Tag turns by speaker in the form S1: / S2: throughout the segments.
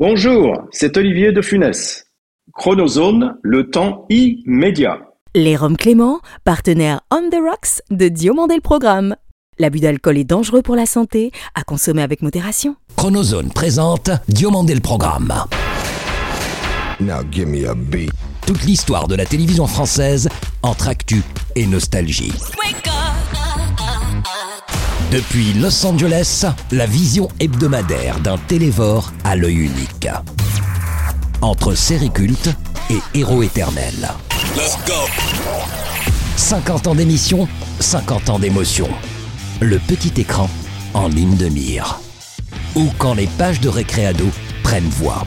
S1: Bonjour, c'est Olivier de Funès. Chronozone, le temps immédiat.
S2: Les Rhums Clément, partenaire On The Rocks de Diomandé le Programme. L'abus d'alcool est dangereux pour la santé, à consommer avec modération.
S3: Chronozone présente Diomandé le Programme.
S4: Now give me a beat.
S3: Toute l'histoire de la télévision française entre actu et nostalgie. Depuis Los Angeles, la vision hebdomadaire d'un télévore à l'œil unique. Entre séries cultes et héros éternels. Let's go. 50 ans d'émission, 50 ans d'émotion. Le petit écran en ligne de mire. Ou quand les pages de Récréado prennent voix.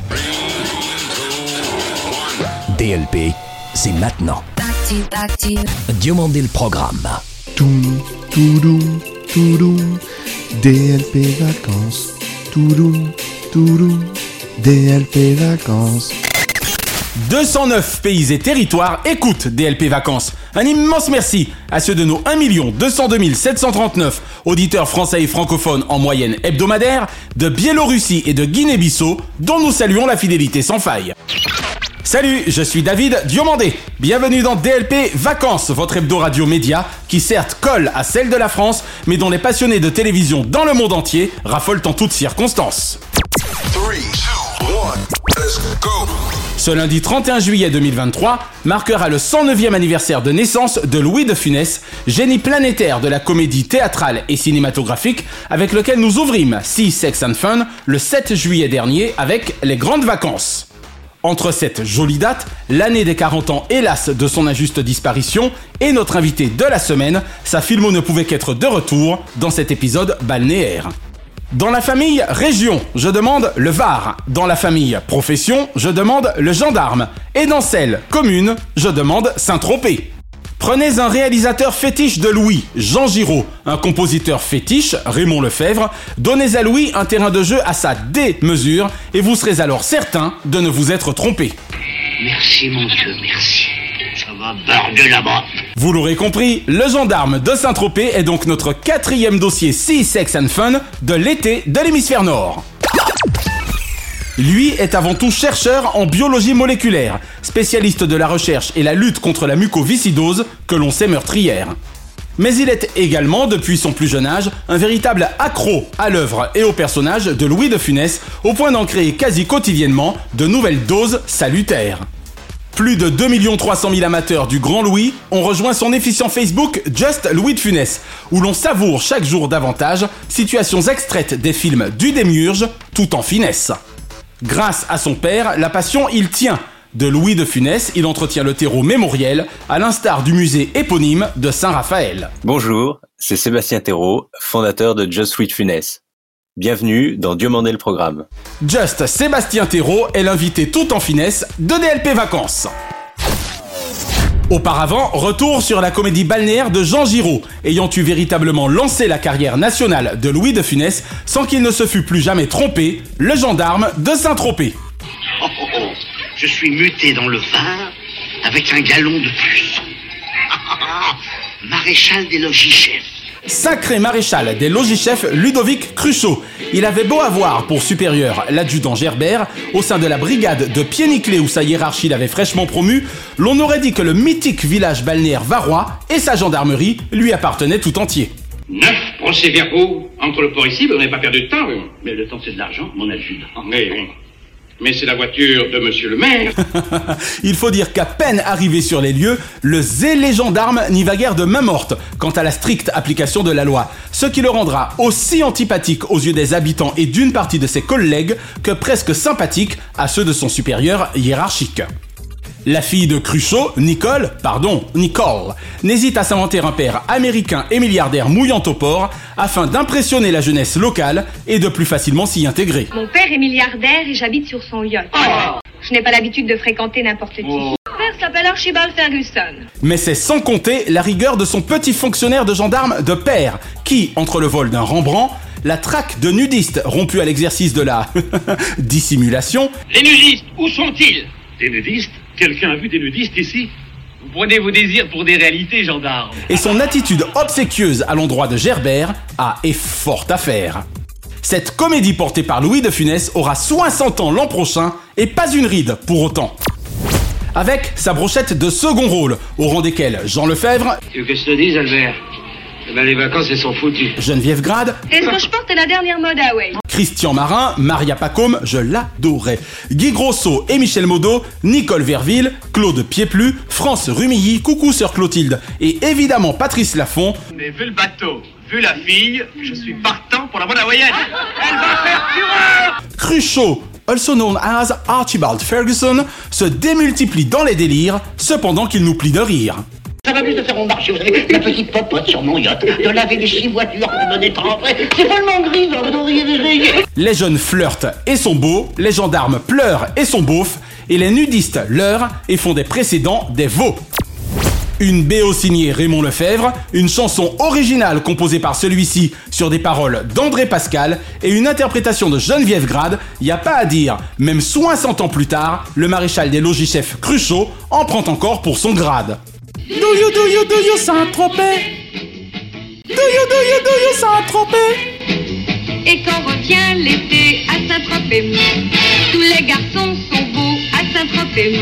S3: DLP, c'est maintenant. Diomandé le Programme.
S5: Toum, toudoum, toudoum, DLP vacances. Toudoum, toudoum, DLP vacances.
S6: 209 pays et territoires écoutent DLP Vacances. Un immense merci à ceux de nos 1 202 739 auditeurs français et francophones en moyenne hebdomadaire, de Biélorussie et de Guinée-Bissau, dont nous saluons la fidélité sans faille. Salut, je suis David Diomandé. Bienvenue dans DLP Vacances, votre hebdo radio média qui certes colle à celle de la France, mais dont les passionnés de télévision dans le monde entier raffolent en toutes circonstances.
S4: 3, 2, 1, let's go.
S6: Ce lundi 31 juillet 2023 marquera le 109e anniversaire de naissance de Louis de Funès, génie planétaire de la comédie théâtrale et cinématographique, avec lequel nous ouvrîmes Sea, Sex and Fun le 7 juillet dernier avec Les Grandes Vacances. Entre cette jolie date, l'année des 40 ans hélas de son injuste disparition et notre invité de la semaine, sa filmo ne pouvait qu'être de retour dans cet épisode balnéaire. Dans la famille région, je demande le Var. Dans la famille profession, je demande le gendarme. Et dans celle commune, je demande Saint-Tropez. Prenez un réalisateur fétiche de Louis, Jean Giraud, un compositeur fétiche, Raymond Lefebvre, donnez à Louis un terrain de jeu à sa démesure et vous serez alors certain de ne vous être trompé.
S7: Merci mon Dieu, merci. Ça va barder là-bas.
S6: Vous l'aurez compris, le gendarme de Saint-Tropez est donc notre 4e dossier Sea, Sex and Fun de l'été de l'hémisphère nord. Lui est avant tout chercheur en biologie moléculaire, spécialiste de la recherche et la lutte contre la mucoviscidose que l'on sait meurtrière. Mais il est également, depuis son plus jeune âge, un véritable accro à l'œuvre et au personnage de Louis de Funès, au point d'en créer quasi quotidiennement de nouvelles doses salutaires. Plus de 2 300 000 amateurs du Grand Louis ont rejoint son efficient Facebook Just Louis de Funès, où l'on savoure chaque jour davantage situations extraites des films du Démiurge, tout en finesse. Grâce à son père, la passion il tient. De Louis de Funès, il entretient le terreau mémoriel, à l'instar du musée éponyme de Saint-Raphaël.
S8: Bonjour, c'est Sébastien Thérault, fondateur de Just Louis de Funès. Bienvenue dans Diomandé le Programme.
S6: Just Sébastien Thérault est l'invité tout en finesse de DLP Vacances. Auparavant, retour sur la comédie balnéaire de Jean Giraud, ayant eu véritablement lancé la carrière nationale de Louis de Funès sans qu'il ne se fût plus jamais trompé, le gendarme de Saint-Tropez.
S7: Oh, oh, oh. Je suis muté dans le Var avec un galon de plus. Maréchal des logis-chefs.
S6: Sacré maréchal des logis-chefs Ludovic Cruchot. Il avait beau avoir pour supérieur l'adjudant Gerbert, au sein de la brigade de Pied-Niclé où sa hiérarchie l'avait fraîchement promu, l'on aurait dit que le mythique village balnéaire varois et sa gendarmerie lui appartenaient tout entier.
S9: 9 procès-verbaux entre le port ici, vous n'avez pas perdu de temps. Mais le temps c'est de l'argent, mon adjudant. Mais c'est la voiture de monsieur le maire.
S6: Il faut dire qu'à peine arrivé sur les lieux, le zélé gendarme n'y va guère de main morte quant à la stricte application de la loi, ce qui le rendra aussi antipathique aux yeux des habitants et d'une partie de ses collègues que presque sympathique à ceux de son supérieur hiérarchique. La fille de Cruchot, Nicole, n'hésite à s'inventer un père américain et milliardaire mouillant au port afin d'impressionner la jeunesse locale et de plus facilement s'y intégrer.
S10: Mon père est milliardaire et j'habite sur son yacht. Je n'ai pas l'habitude de fréquenter n'importe qui. Mon père s'appelle Archibald Ferguson.
S6: Mais c'est sans compter la rigueur de son petit fonctionnaire de gendarme de père qui, entre le vol d'un Rembrandt, la traque de nudistes rompus à l'exercice de la dissimulation...
S9: Les nudistes, où sont-ils? Des nudistes? Quelqu'un a vu des nudistes ici? Vous prenez vos désirs pour des réalités, gendarme.
S6: Et son attitude obséquieuse à l'endroit de Gerbert a et fort à faire. Cette comédie portée par Louis de Funès aura 60 ans l'an prochain et pas une ride pour autant. Avec sa brochette de second rôle, au rang desquels Jean Lefebvre.
S7: Tu veux que je te dise, Albert? Eh ben, les vacances, elles sont foutues.
S6: Geneviève Grade.
S10: Est-ce que je porte la dernière mode à Hawaï?
S6: Christian Marin, Maria Pacôme, je l'adorais. Guy Grosso et Michel Modo, Nicole Verville, Claude Pieplu, France Rumilly, coucou sœur Clotilde, et évidemment Patrice Laffont.
S9: Mais vu le bateau, vu la fille, je suis partant pour la mode hawaïenne. Elle va faire fureur!
S6: Cruchot, also known as Archibald Ferguson, se démultiplie dans les délires, cependant qu'il nous plie de rire.
S7: Ça m'amuse de faire mon marché, vous savez, la petite popote sur mon yacht, de laver les 6 voitures pour me détremper. C'est tellement gris, vous devriez veiller.
S6: Les jeunes flirtent et sont beaux, les gendarmes pleurent et sont beaufs, et les nudistes leurrent et font des précédents des veaux. Une BO signée Raymond Lefebvre, une chanson originale composée par celui-ci sur des paroles d'André Pascal et une interprétation de Geneviève Grade, y a pas à dire, même 60 ans plus tard, le maréchal des logis-chefs Cruchot en prend encore pour son grade. Do you Saint-Tropez? Do you Saint-Tropez?
S10: Et quand revient l'été à Saint-Tropez, tous les garçons sont beaux à Saint-Tropez.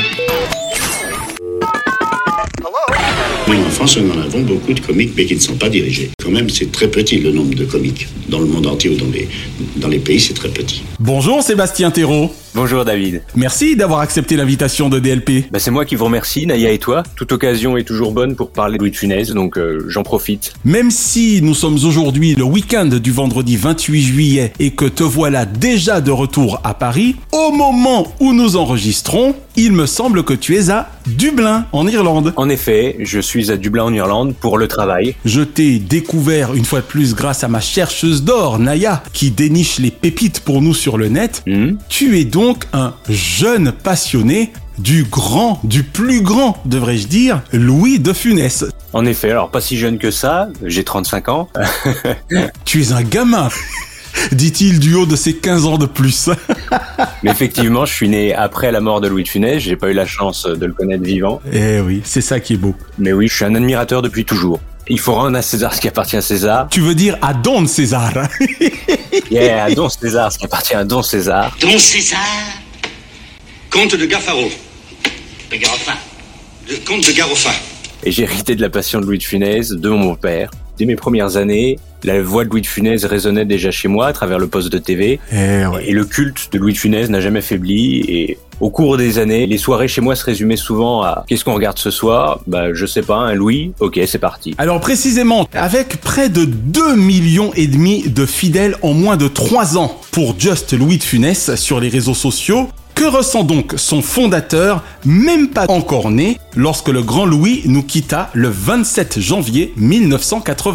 S11: Oui, en France, nous en avons beaucoup de comiques, mais qui ne sont pas dirigés. Quand même, c'est très petit le nombre de comiques. Dans le monde entier ou dans les pays, c'est très petit.
S6: Bonjour Sébastien Thérault.
S8: Bonjour David.
S6: Merci d'avoir accepté l'invitation de DLP.
S8: C'est moi qui vous remercie, Naya et toi. Toute occasion est toujours bonne pour parler de Louis de Funès, donc j'en profite.
S6: Même si nous sommes aujourd'hui le week-end du vendredi 28 juillet et que te voilà déjà de retour à Paris, au moment où nous enregistrons, il me semble que tu es à Dublin, en Irlande.
S8: En effet, je suis à Dublin en Irlande pour le travail.
S6: Je t'ai découvert une fois de plus grâce à ma chercheuse d'or, Naya, qui déniche les pépites pour nous sur le net. Tu es donc un jeune passionné du plus grand, devrais-je dire, Louis de Funès.
S8: En effet, alors pas si jeune que ça, j'ai 35 ans.
S6: Tu es un gamin, dit-il du haut de ses 15 ans de plus.
S8: Mais effectivement, je suis né après la mort de Louis de Funès, j'ai pas eu la chance de le connaître vivant.
S6: Eh oui, c'est ça qui est beau.
S8: Mais oui, je suis un admirateur depuis toujours. Il faut rendre à César ce qui appartient à César.
S6: Tu veux dire à Don César?
S8: Yeah, à Don César ce qui appartient à Don César.
S7: Don César,
S11: Comte de Gaffaro.
S7: de Garofin.
S11: Comte de Garofin.
S8: Et j'ai hérité de la passion de Louis de Funès, de mon père. Dès mes premières années, la voix de Louis de Funès résonnait déjà chez moi à travers le poste de TV. Et le culte de Louis de Funès n'a jamais faibli. Et au cours des années, les soirées chez moi se résumaient souvent à « Qu'est-ce qu'on regarde ce soir ?» Je sais pas, un Louis. Ok, c'est parti.
S6: Alors précisément, avec près de 2,5 millions de fidèles en moins de 3 ans pour Just Louis de Funès sur les réseaux sociaux, que ressent donc son fondateur, même pas encore né, lorsque le grand Louis nous quitta le 27 janvier 1983 ?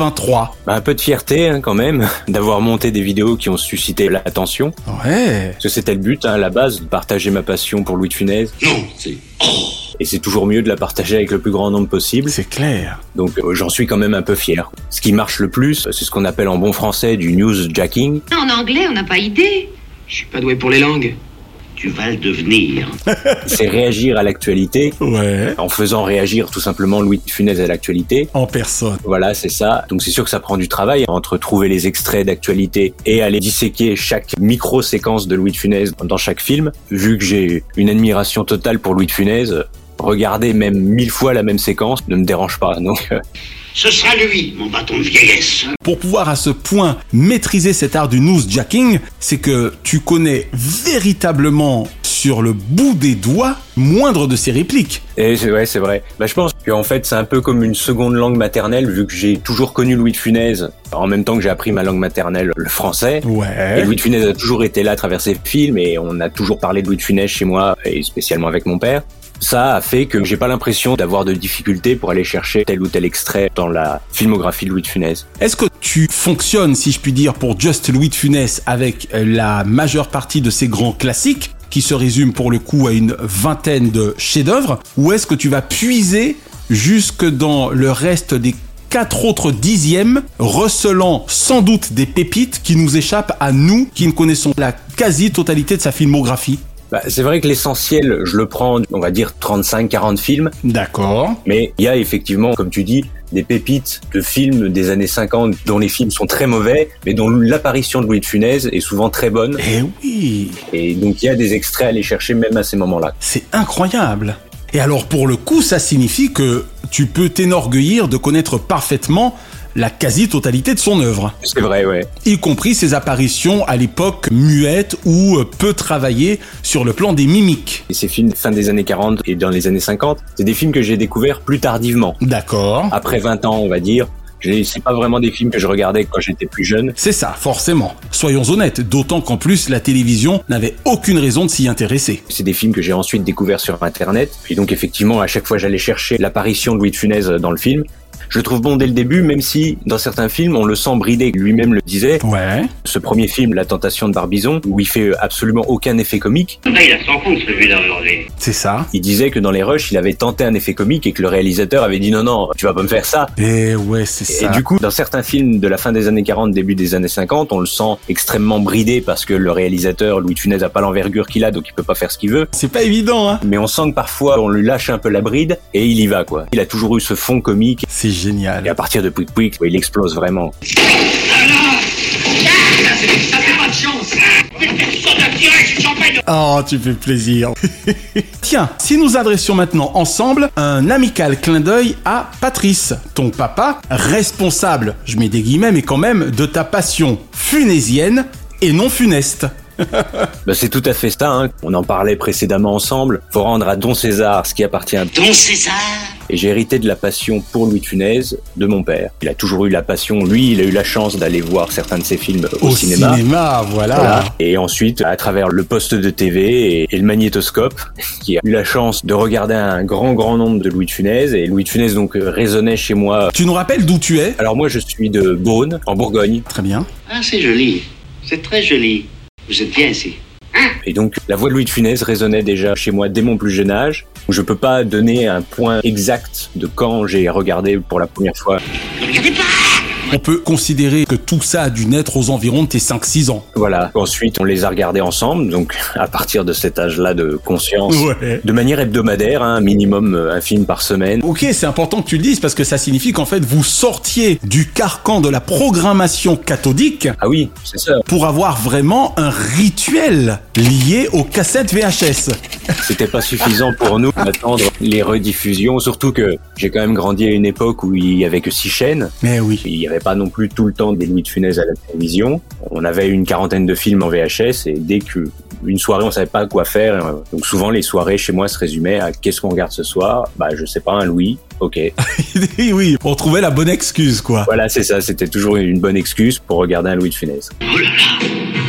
S8: Un peu de fierté quand même, d'avoir monté des vidéos qui ont suscité l'attention.
S6: Ouais.
S8: Parce que c'était le but, à la base, de partager ma passion pour Louis de Funès.
S11: Non, c'est...
S8: Et c'est toujours mieux de la partager avec le plus grand nombre possible.
S6: C'est clair.
S8: Donc j'en suis quand même un peu fier. Ce qui marche le plus, c'est ce qu'on appelle en bon français du newsjacking.
S10: En anglais, on n'a pas idée.
S7: Je suis pas doué pour les langues. Tu vas le devenir.
S8: C'est réagir à l'actualité.
S6: Ouais.
S8: En faisant réagir tout simplement Louis de Funès à l'actualité.
S6: En personne.
S8: Voilà, c'est ça. Donc c'est sûr que ça prend du travail entre trouver les extraits d'actualité et aller disséquer chaque micro-séquence de Louis de Funès dans chaque film. Vu que j'ai une admiration totale pour Louis de Funès, regarder même 1000 fois la même séquence ne me dérange pas. Donc
S7: Ce sera lui, mon bâton de vieillesse.
S6: Pour pouvoir à ce point maîtriser cet art du newsjacking, c'est que tu connais véritablement sur le bout des doigts moindre de ses répliques.
S8: Et c'est vrai. Je pense qu'en fait, c'est un peu comme une seconde langue maternelle, vu que j'ai toujours connu Louis de Funès, en même temps que j'ai appris ma langue maternelle, le français.
S6: Ouais.
S8: Et Louis de Funès a toujours été là à travers ses films, et on a toujours parlé de Louis de Funès chez moi, et spécialement avec mon père. Ça a fait que j'ai pas l'impression d'avoir de difficultés pour aller chercher tel ou tel extrait dans la filmographie de Louis de Funès.
S6: Est-ce que tu fonctionnes, si je puis dire, pour Just Louis de Funès avec la majeure partie de ses grands classiques, qui se résument pour le coup à une vingtaine de chefs-d'œuvre, ou est-ce que tu vas puiser jusque dans le reste des 4 autres dixièmes, recelant sans doute des pépites qui nous échappent à nous, qui ne connaissons la quasi-totalité de sa filmographie?
S8: C'est vrai que l'essentiel, je le prends, on va dire 35-40 films.
S6: D'accord.
S8: Mais il y a effectivement, comme tu dis, des pépites de films des années 50 dont les films sont très mauvais, mais dont l'apparition de Louis de Funès est souvent très bonne.
S6: Eh oui.
S8: Et donc il y a des extraits à aller chercher même à ces moments-là.
S6: C'est incroyable. Et alors pour le coup, ça signifie que tu peux t'enorgueillir de connaître parfaitement la quasi-totalité de son œuvre.
S8: C'est vrai, ouais.
S6: Y compris ses apparitions à l'époque muettes ou peu travaillées sur le plan des mimiques.
S8: Et ces films fin des années 40 et dans les années 50, c'est des films que j'ai découverts plus tardivement.
S6: D'accord.
S8: Après 20 ans, on va dire. C'est pas vraiment des films que je regardais quand j'étais plus jeune.
S6: C'est ça, forcément. Soyons honnêtes, d'autant qu'en plus, la télévision n'avait aucune raison de s'y intéresser.
S8: C'est des films que j'ai ensuite découverts sur Internet. Puis donc, effectivement, à chaque fois, j'allais chercher l'apparition de Louis de Funès dans le film. Je le trouve bon dès le début, même si, dans certains films, on le sent bridé. Lui-même le disait.
S6: Ouais.
S8: Ce premier film, La Tentation de Barbizon, où il fait absolument aucun effet comique.
S7: Là, il a son compte, celui-là, aujourd'hui.
S6: C'est ça.
S8: Il disait que dans les rushs, il avait tenté un effet comique et que le réalisateur avait dit non, tu vas pas me faire ça.
S6: Et ouais, c'est ça.
S8: Et du coup, dans certains films de la fin des années 40, début des années 50, on le sent extrêmement bridé parce que le réalisateur, Louis de Funès, a pas l'envergure qu'il a, donc il peut pas faire ce qu'il veut.
S6: C'est pas évident, hein.
S8: Mais on sent que parfois, on lui lâche un peu la bride et il y va, quoi. Il a toujours eu ce fond comique.
S6: C'est génial.
S8: Et à partir de Pouic Pouic, il explose vraiment.
S7: Ça fait pas de chance. Personne n'a tiré, c'est champagne.
S6: Oh, tu fais plaisir. Tiens, si nous adressions maintenant ensemble un amical clin d'œil à Patrice, ton papa, responsable, je mets des guillemets, mais quand même, de ta passion funésienne et non funeste.
S8: C'est tout à fait ça, hein. On en parlait précédemment ensemble. Faut rendre à Don César ce qui appartient à
S7: Don César.
S8: Et j'ai hérité de la passion pour Louis de Funès de mon père. Il a toujours eu la passion. Lui, il a eu la chance d'aller voir certains de ses films au cinéma.
S6: Voilà.
S8: Et ensuite, à travers le poste de TV et le magnétoscope, qui a eu la chance de regarder un grand nombre de Louis de Funès. Et Louis de Funès, donc, résonnait chez moi.
S6: Tu nous rappelles d'où tu es ?
S8: Alors moi, je suis de Beaune, en Bourgogne.
S6: Très bien.
S7: Ah, c'est joli. C'est très joli. Vous êtes bien ici.
S8: Et donc, la voix de Louis de Funès résonnait déjà chez moi dès mon plus jeune âge. Je peux pas donner un point exact de quand j'ai regardé pour la première fois.
S7: Ne regardez pas!
S6: On peut considérer que tout ça a dû naître aux environs de tes 5-6 ans.
S8: Voilà. Ensuite, on les a regardés ensemble, donc à partir de cet âge-là de conscience, de manière hebdomadaire, hein, minimum un film par semaine.
S6: Ok, c'est important que tu le dises parce que ça signifie qu'en fait, vous sortiez du carcan de la programmation cathodique.
S8: Ah oui, c'est ça.
S6: Pour avoir vraiment un rituel lié aux cassettes VHS.
S8: C'était pas suffisant pour nous d'attendre les rediffusions, surtout que j'ai quand même grandi à une époque où il y avait que 6 chaînes.
S6: Mais oui.
S8: Il y avait pas non plus tout le temps des Louis de Funès à la télévision. On avait une quarantaine de films en VHS et dès qu'une soirée on savait pas quoi faire, donc souvent les soirées chez moi se résumaient à qu'est-ce qu'on regarde ce soir? Je sais pas, un Louis. Ok.
S6: Oui, on trouvait la bonne excuse, quoi.
S8: Voilà, c'est ça. C'était toujours une bonne excuse pour regarder un Louis de Funès.
S7: Oh là là.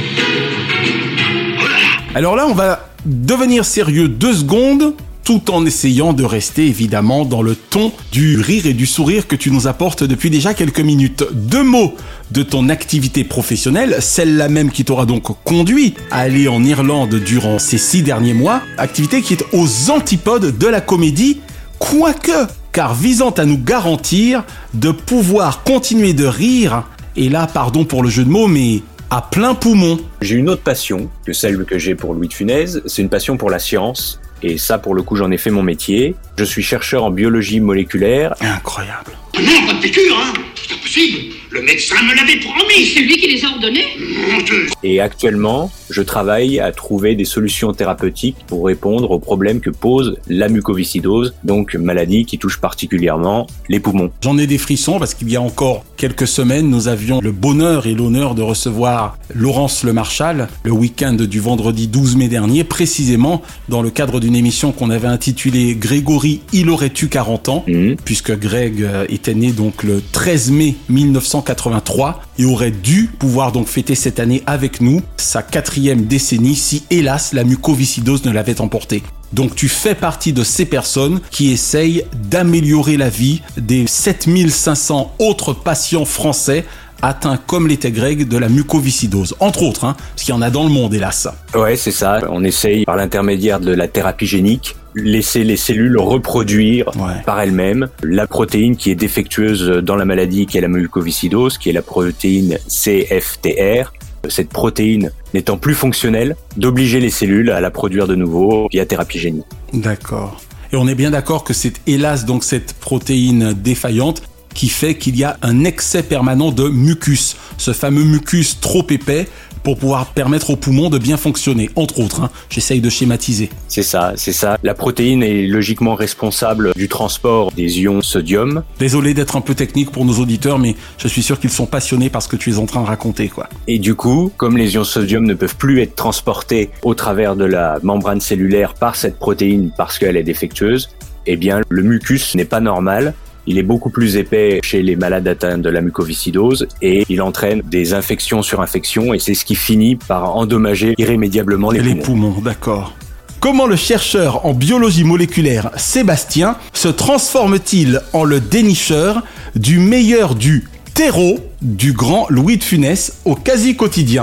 S6: Alors là, on va devenir sérieux 2 secondes, tout en essayant de rester évidemment dans le ton du rire et du sourire que tu nous apportes depuis déjà quelques minutes. 2 mots de ton activité professionnelle, celle-là même qui t'aura donc conduit à aller en Irlande durant ces 6 derniers mois, activité qui est aux antipodes de la comédie, quoique, car visant à nous garantir de pouvoir continuer de rire, et là, pardon pour le jeu de mots, mais à plein poumon.
S8: J'ai une autre passion que celle que j'ai pour Louis de Funès, c'est une passion pour la science. Et ça, pour le coup, j'en ai fait mon métier. Je suis chercheur en biologie moléculaire.
S6: Incroyable.
S7: Non, pas de piqûre, hein. C'est impossible. Le médecin me l'avait promis. C'est lui qui les a ordonnés.
S8: Et actuellement, je travaille à trouver des solutions thérapeutiques pour répondre aux problèmes que pose la mucoviscidose, donc maladie qui touche particulièrement les poumons.
S6: J'en ai des frissons parce qu'il y a encore quelques semaines, nous avions le bonheur et l'honneur de recevoir Laurence Lemarchal le week-end du vendredi 12 mai dernier, précisément dans le cadre d'une émission qu'on avait intitulée Grégory, il aurait eu 40 ans, puisque Greg était né donc le 13 mai 1983 et aurait dû pouvoir donc fêter cette année avec nous sa 4e décennie si hélas la mucoviscidose ne l'avait emporté. Donc tu fais partie de ces personnes qui essayent d'améliorer la vie des 7500 autres patients français atteints comme l'était Greg de la mucoviscidose, entre autres, parce qu'il y en a dans le monde hélas.
S8: Ouais, c'est ça, on essaye par l'intermédiaire de la thérapie génique laisser les cellules reproduire par elles-mêmes la protéine qui est défectueuse dans la maladie qui est la mucoviscidose, qui est la protéine CFTR. Cette protéine n'étant plus fonctionnelle, d'obliger les cellules à la produire de nouveau via thérapie génique.
S6: D'accord. Et on est bien d'accord que c'est hélas donc cette protéine défaillante qui fait qu'il y a un excès permanent de mucus. Ce fameux mucus trop épais pour pouvoir permettre aux poumons de bien fonctionner, entre autres. J'essaye de schématiser.
S8: C'est ça. La protéine est logiquement responsable du transport des ions sodium.
S6: Désolé d'être un peu technique pour nos auditeurs, mais je suis sûr qu'ils sont passionnés par ce que tu es en train de raconter, quoi.
S8: Et du coup, comme les ions sodium ne peuvent plus être transportés au travers de la membrane cellulaire par cette protéine parce qu'elle est défectueuse, eh bien, le mucus n'est pas normal. Il est beaucoup plus épais chez les malades atteints de la mucoviscidose et il entraîne des infections sur infections et c'est ce qui finit par endommager irrémédiablement les
S6: poumons. D'accord. Comment le chercheur en biologie moléculaire Sébastien se transforme-t-il en le dénicheur du meilleur du terreau du grand Louis de Funès au quasi quotidien?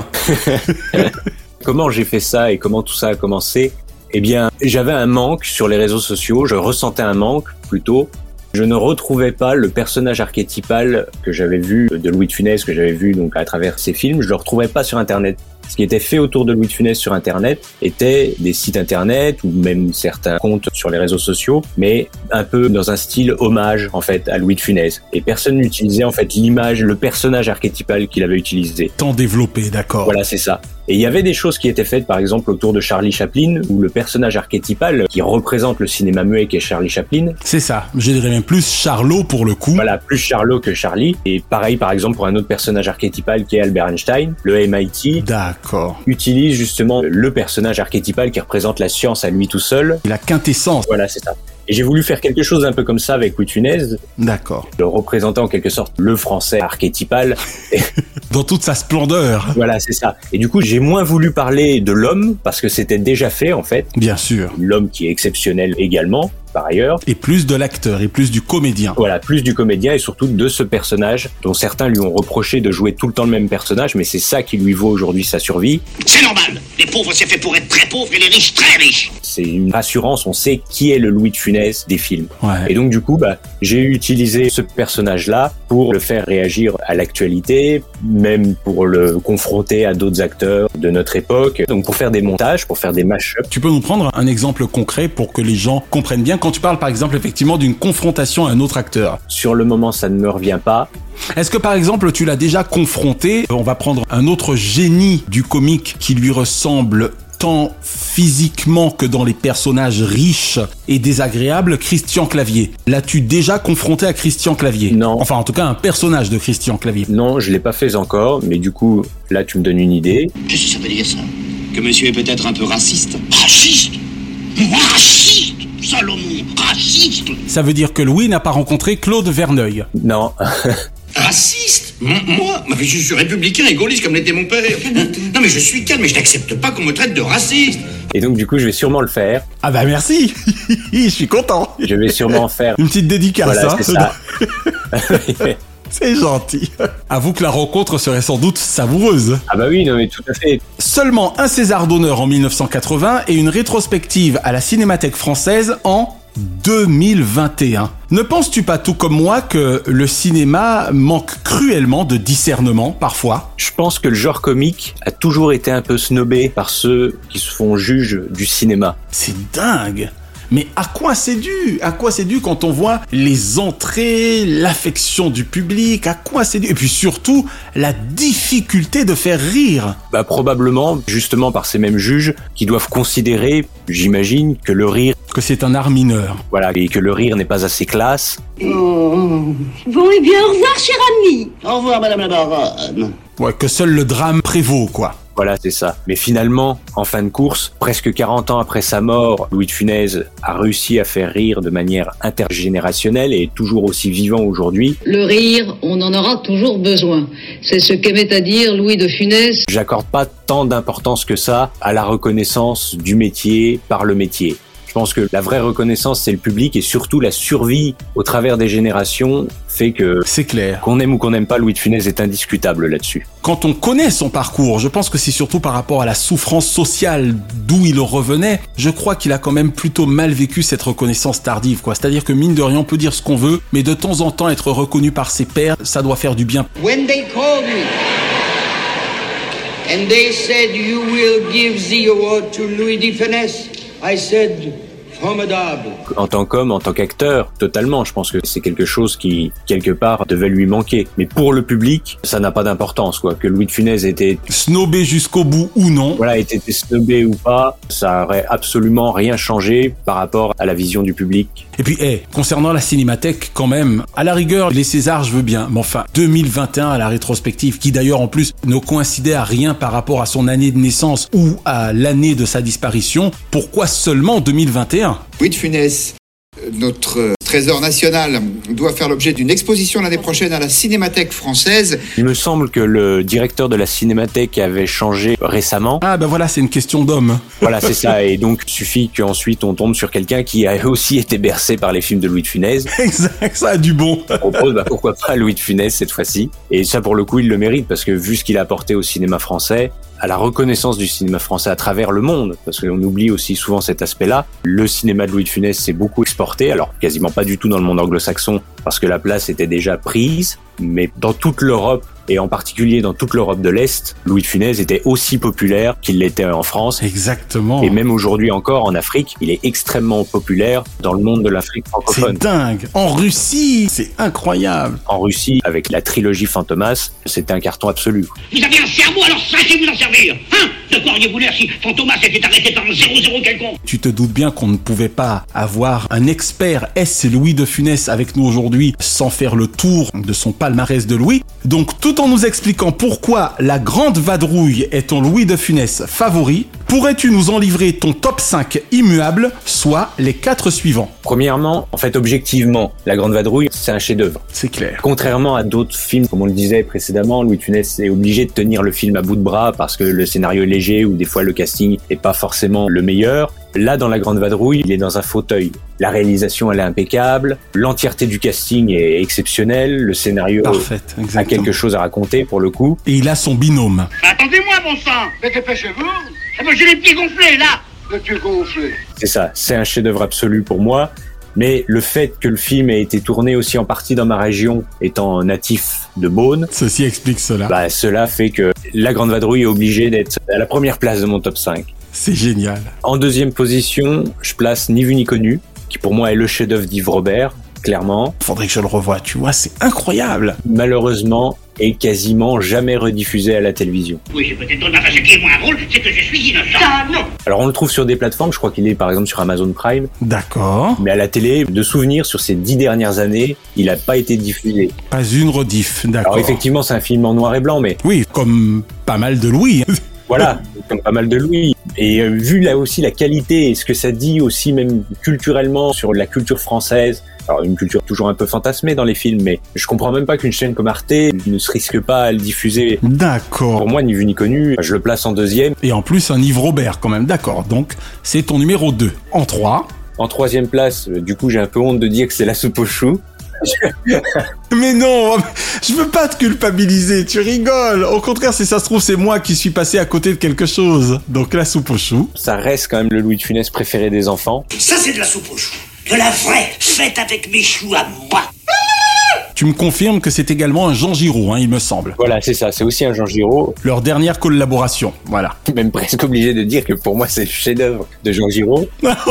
S8: Comment j'ai fait ça et comment tout ça a commencé? Eh bien, j'avais un manque sur les réseaux sociaux, je ressentais un manque plutôt. Je ne retrouvais pas le personnage archétypal que j'avais vu de Louis de Funès, que j'avais vu donc à travers ses films, je le retrouvais pas sur Internet. Ce qui était fait autour de Louis de Funès sur Internet était des sites Internet ou même certains comptes sur les réseaux sociaux, mais un peu dans un style hommage en fait à Louis de Funès. Et personne n'utilisait en fait l'image, le personnage archétypal qu'il avait utilisé.
S6: Tant développé, d'accord.
S8: Voilà, c'est ça. Et il y avait des choses qui étaient faites, par exemple, autour de Charlie Chaplin, où le personnage archétypal qui représente le cinéma muet qui est Charlie Chaplin.
S6: C'est ça. Je dirais même plus Charlot pour le coup.
S8: Voilà, plus Charlot que Charlie. Et pareil, par exemple, pour un autre personnage archétypal qui est Albert Einstein, le MIT.
S6: D'accord.
S8: Utilise justement le personnage archétypal qui représente la science à lui tout seul.
S6: La quintessence.
S8: Voilà, c'est ça. Et j'ai voulu faire quelque chose un peu comme ça avec Louis de Funès.
S6: D'accord.
S8: Le représentant en quelque sorte le français archétypal.
S6: Dans toute sa splendeur.
S8: Voilà, c'est ça. Et du coup, j'ai moins voulu parler de l'homme parce que c'était déjà fait en fait.
S6: Bien sûr.
S8: L'homme qui est exceptionnel également, par ailleurs.
S6: Et plus de l'acteur et plus du comédien.
S8: Voilà, plus du comédien et surtout de ce personnage dont certains lui ont reproché de jouer tout le temps le même personnage, mais c'est ça qui lui vaut aujourd'hui sa survie.
S7: C'est normal. Les pauvres, c'est fait pour être très pauvres et les riches, très riches.
S8: C'est une assurance, on sait qui est le Louis de Funès des films.
S6: Ouais.
S8: Et donc du coup, j'ai utilisé ce personnage-là pour le faire réagir à l'actualité, même pour le confronter à d'autres acteurs de notre époque. Donc pour faire des montages, pour faire des mash-ups.
S6: Tu peux nous prendre un exemple concret pour que les gens comprennent bien quand tu parles par exemple effectivement d'une confrontation à un autre acteur?
S8: Sur le moment, ça ne me revient pas.
S6: Est-ce que par exemple tu l'as déjà confronté? On va prendre un autre génie du comique qui lui ressemble tant physiquement que dans les personnages riches et désagréables, Christian Clavier. L'as-tu déjà confronté à Christian Clavier?
S8: Non.
S6: Enfin, en tout cas, un personnage de Christian Clavier.
S8: Non, je l'ai pas fait encore, mais du coup, là, tu me donnes une idée.
S7: Qu'est-ce que ça veut dire, ça?
S11: Que monsieur est peut-être un peu raciste.
S7: Raciste? Moi, raciste? Salomon, raciste?
S6: Ça veut dire que Louis n'a pas rencontré Claude Verneuil.
S8: Non.
S11: Raciste? Moi? Mais je suis républicain et gaulliste comme l'était mon père. Non mais je suis calme, mais je n'accepte pas qu'on me traite de raciste.
S8: Et donc du coup, je vais sûrement le faire.
S6: Ah bah merci. Je suis content.
S8: Je vais sûrement faire
S6: une petite dédicace.
S8: Voilà, c'est ça.
S6: C'est gentil. Avoue que la rencontre serait sans doute savoureuse.
S8: Ah bah oui, non mais tout à fait.
S6: Seulement un César d'honneur en 1980 et une rétrospective à la Cinémathèque française en 2021. Ne penses-tu pas tout comme moi que le cinéma manque cruellement de discernement parfois?
S8: Je pense que le genre comique a toujours été un peu snobé par ceux qui se font juges du cinéma.
S6: C'est dingue. Mais à quoi c'est dû? À quoi c'est dû quand on voit les entrées, l'affection du public? À quoi c'est dû? Et puis surtout, la difficulté de faire rire.
S8: Bah probablement, justement par ces mêmes juges qui doivent considérer, j'imagine, que le rire...
S6: Que c'est un art mineur.
S8: Voilà, et que le rire n'est pas assez classe.
S10: Bon, et bien, au revoir, cher ami.
S7: Au revoir, madame la baronne.
S6: Ouais, que seul le drame prévaut, quoi.
S8: Voilà, c'est ça. Mais finalement, en fin de course, presque 40 ans après sa mort, Louis de Funès a réussi à faire rire de manière intergénérationnelle et est toujours aussi vivant aujourd'hui.
S12: Le rire, on en aura toujours besoin. C'est ce qu'aimait à dire Louis de Funès.
S8: J'accorde pas tant d'importance que ça à la reconnaissance du métier par le métier. Je pense que la vraie reconnaissance, c'est le public et surtout la survie au travers des générations fait que...
S6: C'est clair.
S8: Qu'on aime ou qu'on n'aime pas, Louis de Funès est indiscutable là-dessus.
S6: Quand on connaît son parcours, je pense que c'est surtout par rapport à la souffrance sociale d'où il revenait, je crois qu'il a quand même plutôt mal vécu cette reconnaissance tardive, quoi. C'est-à-dire que mine de rien, on peut dire ce qu'on veut, mais de temps en temps, être reconnu par ses pairs, ça doit faire du bien.
S13: When they called me and they said you will give the award to Louis de Funès, I said, Formidable.
S8: En tant qu'homme, en tant qu'acteur, totalement. Je pense que c'est quelque chose qui, quelque part, devait lui manquer. Mais pour le public, ça n'a pas d'importance, quoi. Que Louis de Funès était
S6: snobé jusqu'au bout ou non.
S8: Voilà, était snobé ou pas, ça aurait absolument rien changé par rapport à la vision du public.
S6: Et puis, concernant la Cinémathèque, quand même, à la rigueur, les Césars, je veux bien. Mais enfin, 2021 à la rétrospective, qui d'ailleurs, en plus, ne coïncidait à rien par rapport à son année de naissance ou à l'année de sa disparition. Pourquoi seulement 2021 ?
S14: Louis de Funès, notre trésor national, doit faire l'objet d'une exposition l'année prochaine à la Cinémathèque française.
S8: Il me semble que le directeur de la Cinémathèque avait changé récemment.
S6: Ah ben voilà, c'est une question d'homme.
S8: Voilà, c'est ça. Et donc, il suffit qu'ensuite on tombe sur quelqu'un qui a aussi été bercé par les films de Louis de Funès.
S6: Exact, ça a du bon.
S8: On propose, pourquoi pas Louis de Funès cette fois-ci. Et ça, pour le coup, il le mérite parce que vu ce qu'il a apporté au cinéma français, à la reconnaissance du cinéma français à travers le monde, parce qu'on oublie aussi souvent cet aspect-là. Le cinéma de Louis de Funès s'est beaucoup exporté, alors quasiment pas du tout dans le monde anglo-saxon, parce que la place était déjà prise, mais dans toute l'Europe, et en particulier dans toute l'Europe de l'Est, Louis de Funès était aussi populaire qu'il l'était en France.
S6: Exactement.
S8: Et même aujourd'hui encore, en Afrique, il est extrêmement populaire dans le monde de l'Afrique francophone.
S6: C'est dingue. En Russie, c'est incroyable.
S8: En Russie, avec la trilogie Fantomas, c'était un carton absolu.
S7: Vous avez un cerveau, alors sachez vous en servir. Hein? De quoi auriez-vous l'air si Fantomas était arrêté par un 0-0 quelconque?
S6: Tu te doutes bien qu'on ne pouvait pas avoir un expert Louis de Funès avec nous aujourd'hui sans faire le tour de son palmarès de Louis. Donc, tout en nous expliquant pourquoi la Grande Vadrouille est ton Louis de Funès favori, pourrais-tu nous en livrer ton top 5 immuable, soit les 4 suivants?
S8: Premièrement, en fait, objectivement, La Grande Vadrouille, c'est un chef-d'œuvre.
S6: C'est clair.
S8: Contrairement à d'autres films, comme on le disait précédemment, Louis de Funès est obligé de tenir le film à bout de bras parce que le scénario est léger ou des fois le casting est pas forcément le meilleur. Là, dans La Grande Vadrouille, il est dans un fauteuil. La réalisation, elle est impeccable. L'entièreté du casting est exceptionnelle. Le scénario a quelque chose à raconter, pour le coup.
S6: Et il a son binôme.
S7: Attendez-moi, bon sang. Mais dépêchez-vous. J'ai les pieds gonflés, là. Les pieds gonflés.
S8: C'est ça. C'est un chef-d'œuvre absolu pour moi. Mais le fait que le film ait été tourné aussi en partie dans ma région, étant natif de Beaune...
S6: Ceci explique cela.
S8: Cela fait que La Grande Vadrouille est obligée d'être à la première place de mon top 5.
S6: C'est génial.
S8: En deuxième position, je place Ni vu ni connu, qui pour moi est le chef-d'œuvre d'Yves Robert, clairement.
S6: Faudrait que je le revoie, tu vois, c'est incroyable.
S8: Malheureusement, est quasiment jamais rediffusé à la télévision.
S7: Oui, j'ai peut-être donné un qui est moins drôle, c'est que je suis innocent. Ah non.
S8: Alors on le trouve sur des plateformes, je crois qu'il est par exemple sur Amazon Prime.
S6: D'accord.
S8: Mais à la télé, de souvenirs sur ces 10 dernières années, il n'a pas été diffusé.
S6: Pas une rediff, d'accord.
S8: Alors effectivement, c'est un film en noir et blanc, mais...
S6: Oui, comme pas mal de Louis.
S8: Voilà, comme pas mal de Louis. Et vu là aussi la qualité et ce que ça dit aussi même culturellement sur la culture française, alors une culture toujours un peu fantasmée dans les films, mais je comprends même pas qu'une chaîne comme Arte ne se risque pas à le diffuser.
S6: D'accord.
S8: Pour moi, Ni vu ni connu, je le place en deuxième.
S6: Et en plus, un Yves Robert quand même, d'accord. Donc, c'est ton numéro 2. En 3.
S8: En troisième place, du coup, j'ai un peu honte de dire que c'est La Soupe aux choux.
S6: Mais non, je veux pas te culpabiliser, tu rigoles. Au contraire, si ça se trouve, c'est moi qui suis passé à côté de quelque chose. Donc La Soupe aux choux.
S8: Ça reste quand même le Louis de Funès préféré des enfants.
S7: Ça, c'est de la soupe aux choux. De la vraie, faite avec mes choux à moi.
S6: Tu me confirmes que c'est également un Jean Giraud, il me semble.
S8: Voilà, c'est ça, c'est aussi un Jean Giraud.
S6: Leur dernière collaboration, voilà.
S8: Même presque obligé de dire que pour moi, c'est le chef-d'œuvre de Jean Giraud.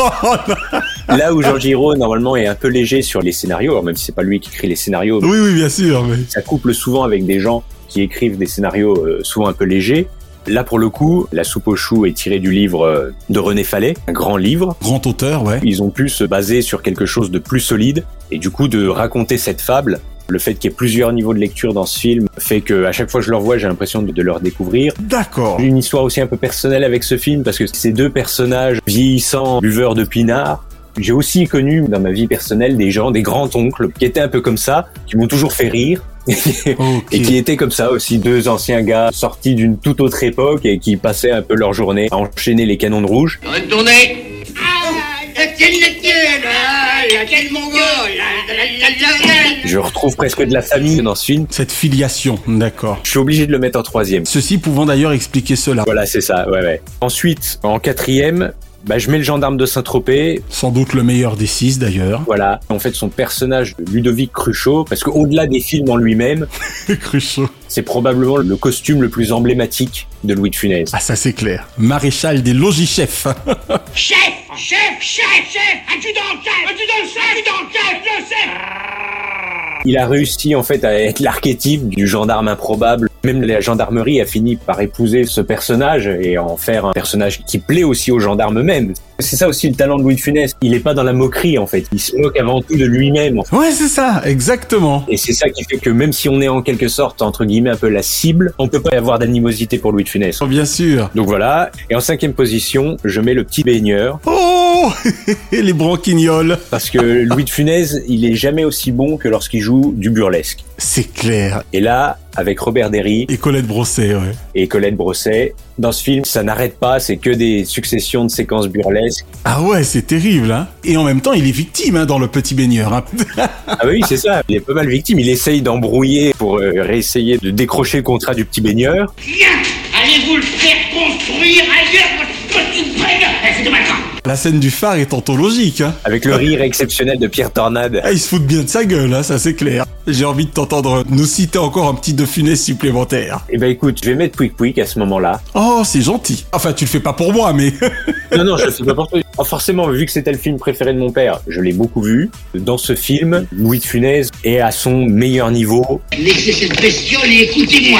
S8: Là où Jean Giraud, normalement, est un peu léger sur les scénarios, alors même si c'est pas lui qui écrit les scénarios.
S6: Oui, bien sûr. Mais...
S8: ça couple souvent avec des gens qui écrivent des scénarios souvent un peu légers. Là, pour le coup, La Soupe aux choux est tirée du livre de René Fallet, un grand livre.
S6: Grand auteur, ouais.
S8: Ils ont pu se baser sur quelque chose de plus solide et du coup de raconter cette fable. Le fait qu'il y ait plusieurs niveaux de lecture dans ce film fait que à chaque fois que je le revois, j'ai l'impression de le redécouvrir.
S6: D'accord.
S8: J'ai une histoire aussi un peu personnelle avec ce film parce que ces deux personnages vieillissants, buveurs de pinard. J'ai aussi connu dans ma vie personnelle des gens, des grands-oncles qui étaient un peu comme ça, qui m'ont toujours fait rire. Okay. Et qui étaient comme ça aussi, deux anciens gars sortis d'une toute autre époque et qui passaient un peu leur journée à enchaîner les canons de rouge.
S7: Bonne tournée.
S8: Je retrouve presque de la famille dans ce film.
S6: Cette filiation, d'accord.
S8: Je suis obligé de le mettre en troisième.
S6: Ceci pouvant d'ailleurs expliquer cela.
S8: Voilà, c'est ça, ouais. Ensuite, en quatrième, je mets le gendarme de Saint-Tropez.
S6: Sans doute le meilleur des 6 d'ailleurs.
S8: Voilà. En fait, son personnage, Ludovic Cruchot, parce qu'au-delà des films en lui-même,
S6: Cruchot,
S8: c'est probablement le costume le plus emblématique de Louis de Funès.
S6: Ah, ça c'est clair. Maréchal des logis-chefs.
S7: Chef, adjudant chef, le chef.
S8: Il a réussi en fait à être l'archétype du gendarme improbable. Même la gendarmerie a fini par épouser ce personnage et en faire un personnage qui plaît aussi aux gendarmes eux-mêmes. C'est ça aussi le talent de Louis de Funès. Il est pas dans la moquerie en fait. Il se moque avant tout de lui-même.
S6: Ouais, c'est ça, exactement.
S8: Et c'est ça qui fait que même si on est en quelque sorte entre guillemets un peu la cible, on peut pas avoir d'animosité pour Louis de Funès.
S6: Oh, bien sûr.
S8: Donc voilà. Et en 5e position, je mets le petit baigneur.
S6: Oh, les branquignoles.
S8: Parce que Louis de Funès, il est jamais aussi bon que lorsqu'il joue du burlesque.
S6: C'est clair.
S8: Et là, avec Robert Derry
S6: et Colette Brosset, ouais.
S8: Et Colette Brosset, dans ce film, ça n'arrête pas, c'est que des successions de séquences burlesques.
S6: Ah ouais, c'est terrible, hein. Et en même temps, il est victime, hein, dans le petit baigneur, hein.
S8: Ah oui, c'est ça. Il est pas mal victime. Il essaye d'embrouiller pour réessayer de décrocher le contrat du petit baigneur.
S7: Viens, allez-vous le faire construire ailleurs, votre petit baigneur. C'est de ma grande.
S6: La scène du phare est anthologique, hein.
S8: Avec le rire exceptionnel de Pierre Tornade.
S6: Ah, il se fout bien de sa gueule, hein, ça c'est clair. J'ai envie de t'entendre nous citer encore un petit de Funès supplémentaire.
S8: Eh ben écoute, je vais mettre Pouic Pouic à ce moment-là.
S6: Oh, c'est gentil. Enfin, tu le fais pas pour moi, mais...
S8: Non, je le fais pas pour toi. Oh, forcément, vu que c'était le film préféré de mon père, je l'ai beaucoup vu. Dans ce film, Louis de Funès est à son meilleur niveau.
S7: Laissez cette bestiole et écoutez-moi.